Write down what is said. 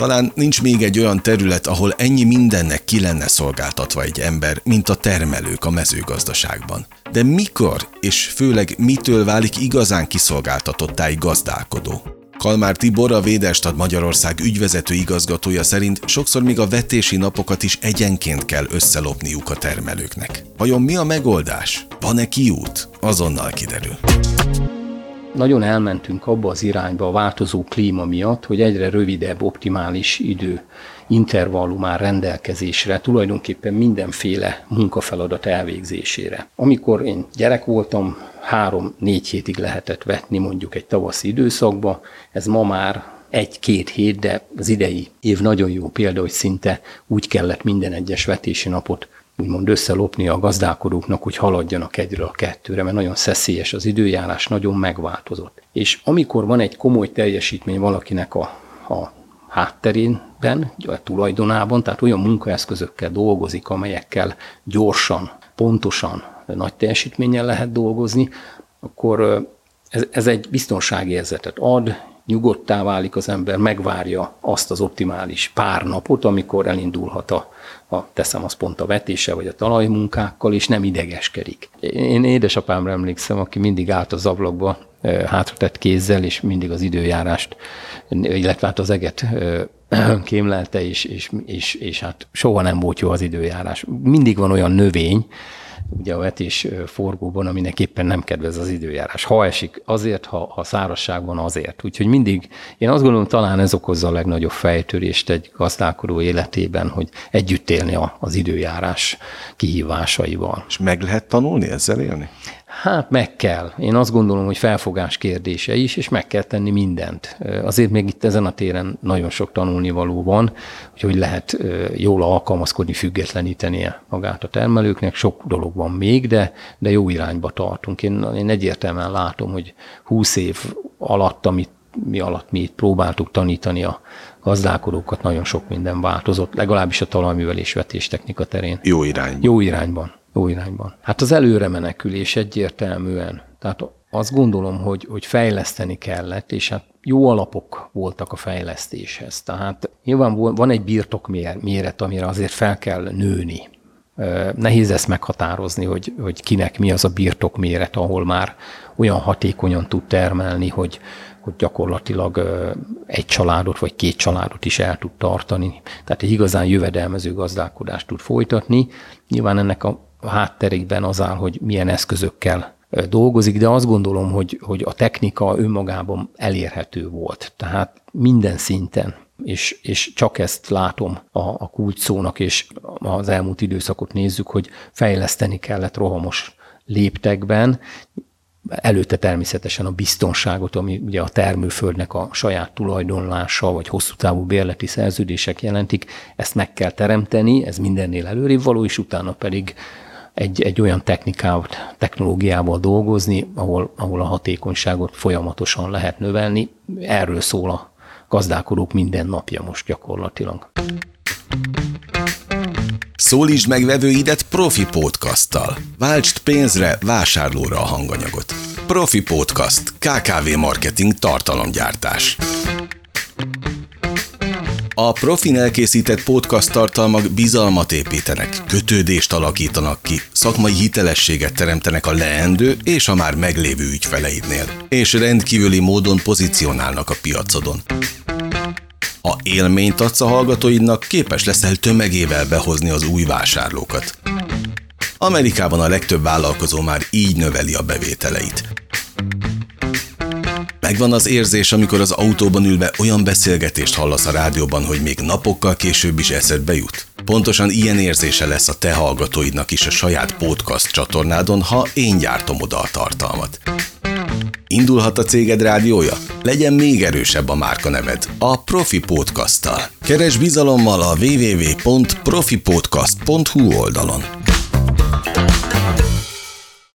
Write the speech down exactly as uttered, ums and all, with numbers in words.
Talán nincs még egy olyan terület, ahol ennyi mindennek ki lenne szolgáltatva egy ember, mint a termelők a mezőgazdaságban. De mikor és főleg mitől válik igazán kiszolgáltatottá egy gazdálkodó? Kalmár Tibor, a Véderstad Magyarország ügyvezető igazgatója szerint sokszor még a vetési napokat is egyenként kell összelopniuk a termelőknek. Vajon mi a megoldás? Van-e kiút? Azonnal kiderül. Nagyon elmentünk abba az irányba a változó klíma miatt, hogy egyre rövidebb, optimális idő intervallum áll rendelkezésre, tulajdonképpen mindenféle munkafeladat elvégzésére. Amikor én gyerek voltam, három-négy hétig lehetett vetni mondjuk egy tavaszi időszakba, ez ma már egy-két hét, de az idei év nagyon jó példa, hogy szinte úgy kellett minden egyes vetési napot úgymond összelopni a gazdálkodóknak, hogy haladjanak egyről a kettőre, mert nagyon szeszélyes az időjárás, nagyon megváltozott. És amikor van egy komoly teljesítmény valakinek a, a hátterében, a tulajdonában, tehát olyan munkaeszközökkel dolgozik, amelyekkel gyorsan, pontosan, nagy teljesítménnyel lehet dolgozni, akkor ez, ez egy biztonságérzetet ad, nyugodtá válik az ember, megvárja azt az optimális pár napot, amikor elindulhat a, a teszem azt pont a vetése vagy a talajmunkákkal, és nem idegeskedik. Én édesapámra emlékszem, aki mindig állt az ablakba hátratett kézzel, és mindig az időjárást, illetve hát az eget kémlelte, és, és, és, és hát soha nem volt jó az időjárás. Mindig van olyan növény, ugye a vetés forgóban, aminek éppen nem kedvez az időjárás. Ha esik azért, ha, ha szárazság van azért. Úgyhogy mindig, én azt gondolom, talán ez okozza a legnagyobb fejtörést egy gazdálkodó életében, hogy együtt élni az időjárás kihívásaival. És meg lehet tanulni ezzel élni? Hát meg kell. Én azt gondolom, hogy felfogás kérdése is, és meg kell tenni mindent. Azért még itt ezen a téren nagyon sok tanulnivaló van, hogy lehet jól alkalmazkodni, függetleníteni magát a termelőknek. Sok dolog van még, de, de jó irányba tartunk. Én, én egyértelműen látom, hogy húsz év alatt, amit mi alatt mi itt próbáltuk tanítani a gazdálkodókat, nagyon sok minden változott, legalábbis a talajművelés vetéstechnika terén. Jó irányban. Jó irányban. Jó irányban. Hát az előre menekülés egyértelműen. Tehát azt gondolom, hogy, hogy fejleszteni kellett, és hát jó alapok voltak a fejlesztéshez. Tehát nyilván van egy birtok méret, amire azért fel kell nőni. Nehéz ezt meghatározni, hogy, hogy kinek mi az a birtok méret, ahol már olyan hatékonyan tud termelni, hogy, hogy gyakorlatilag egy családot vagy két családot is el tud tartani. Tehát egy igazán jövedelmező gazdálkodást tud folytatni. Nyilván ennek a hátterében az áll, hogy milyen eszközökkel dolgozik, de azt gondolom, hogy, hogy a technika önmagában elérhető volt. Tehát minden szinten, és, és csak ezt látom a, a kulcsszónak, és az elmúlt időszakot nézzük, hogy fejleszteni kellett rohamos léptekben, előtte természetesen a biztonságot, ami ugye a termőföldnek a saját tulajdonlása, vagy hosszú távú bérleti szerződések jelentik, ezt meg kell teremteni, ez mindennél előrébb való, és utána pedig egy, egy olyan technikával, technológiával dolgozni, ahol, ahol a hatékonyságot folyamatosan lehet növelni. Erről szól a gazdálkodók minden napja most gyakorlatilag. Szólítsd meg vevőidet Profi Podcasttal. Váltsd pénzre, vásárlóra a hanganyagot. Profi Podcast. ká ká vé marketing tartalomgyártás. A Profin elkészített podcast tartalmak bizalmat építenek, kötődést alakítanak ki, szakmai hitelességet teremtenek a leendő és a már meglévő ügyfeleidnél, és rendkívüli módon pozícionálnak a piacodon. Ha élményt adsz a hallgatóidnak, képes leszel tömegével behozni az új vásárlókat. Amerikában a legtöbb vállalkozó már így növeli a bevételeit. Megvan az érzés, amikor az autóban ülve olyan beszélgetést hallasz a rádióban, hogy még napokkal később is eszedbe jut. Pontosan ilyen érzése lesz a te hallgatóidnak is a saját podcast csatornádon, ha én gyártom oda a tartalmat. Indulhat a céged rádiója? Legyen még erősebb a márkaneved a Profi Podcasttal. Keresd bizalommal a double-u double-u double-u pont profi podcast pont hu oldalon.